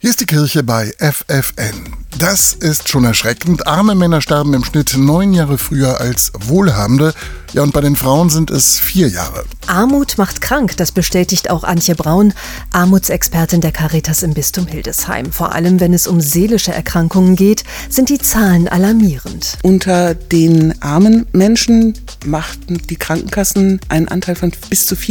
Hier ist die Kirche bei FFN. Das ist schon erschreckend. Arme Männer sterben im Schnitt 9 Jahre früher als Wohlhabende. Ja, und bei den Frauen sind es 4 Jahre. Armut macht krank, das bestätigt auch Antje Braun, Armutsexpertin der Caritas im Bistum Hildesheim. Vor allem, wenn es um seelische Erkrankungen geht, sind die Zahlen alarmierend. Unter den armen Menschen machten die Krankenkassen einen Anteil von bis zu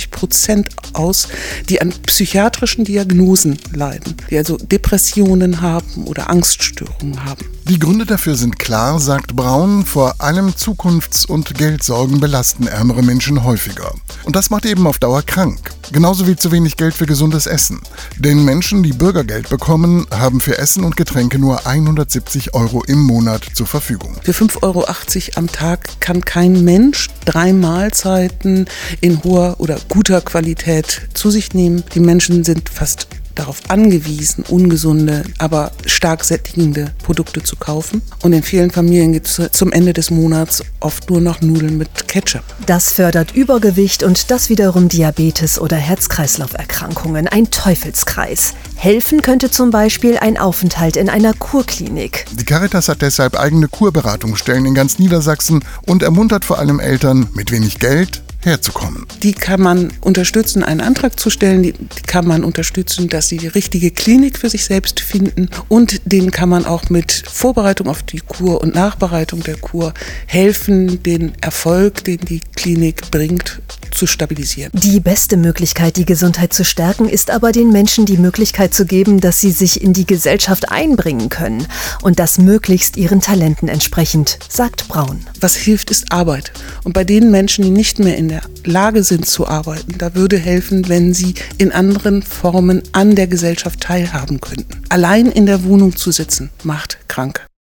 44% aus, die an psychiatrischen Diagnosen leiden, die also Depressionen haben oder Angststörungen haben. Die Gründe dafür sind klar, sagt Braun. Vor allem Zukunfts- und Geldsorgen belasten ärmere Menschen häufiger. Und das macht eben auf Dauer krank. Genauso wie zu wenig Geld für gesundes Essen. Denn Menschen, die Bürgergeld bekommen, haben für Essen und Getränke nur 170 € im Monat zur Verfügung. Für 5,80 € am Tag kann kein Mensch 3 Mahlzeiten in hoher oder guter Qualität zu sich nehmen. Die Menschen sind fast darauf angewiesen, ungesunde, aber stark sättigende Produkte zu kaufen. Und in vielen Familien gibt es zum Ende des Monats oft nur noch Nudeln mit Ketchup. Das fördert Übergewicht und das wiederum Diabetes oder Herz-Kreislauf-Erkrankungen. Ein Teufelskreis. Helfen könnte zum Beispiel ein Aufenthalt in einer Kurklinik. Die Caritas hat deshalb eigene Kurberatungsstellen in ganz Niedersachsen und ermuntert vor allem Eltern mit wenig Geld herzukommen. Die kann man unterstützen, einen Antrag zu stellen, die kann man unterstützen, dass sie die richtige Klinik für sich selbst finden, und denen kann man auch mit Vorbereitung auf die Kur und Nachbereitung der Kur helfen, den Erfolg, den die Klinik bringt, zu stabilisieren. Die beste Möglichkeit, die Gesundheit zu stärken, ist aber den Menschen die Möglichkeit zu geben, dass sie sich in die Gesellschaft einbringen können. Und das möglichst ihren Talenten entsprechend, sagt Braun. Was hilft, ist Arbeit. Und bei den Menschen, die nicht mehr in der Lage sind zu arbeiten, da würde helfen, wenn sie in anderen Formen an der Gesellschaft teilhaben könnten. Allein in der Wohnung zu sitzen, macht krank.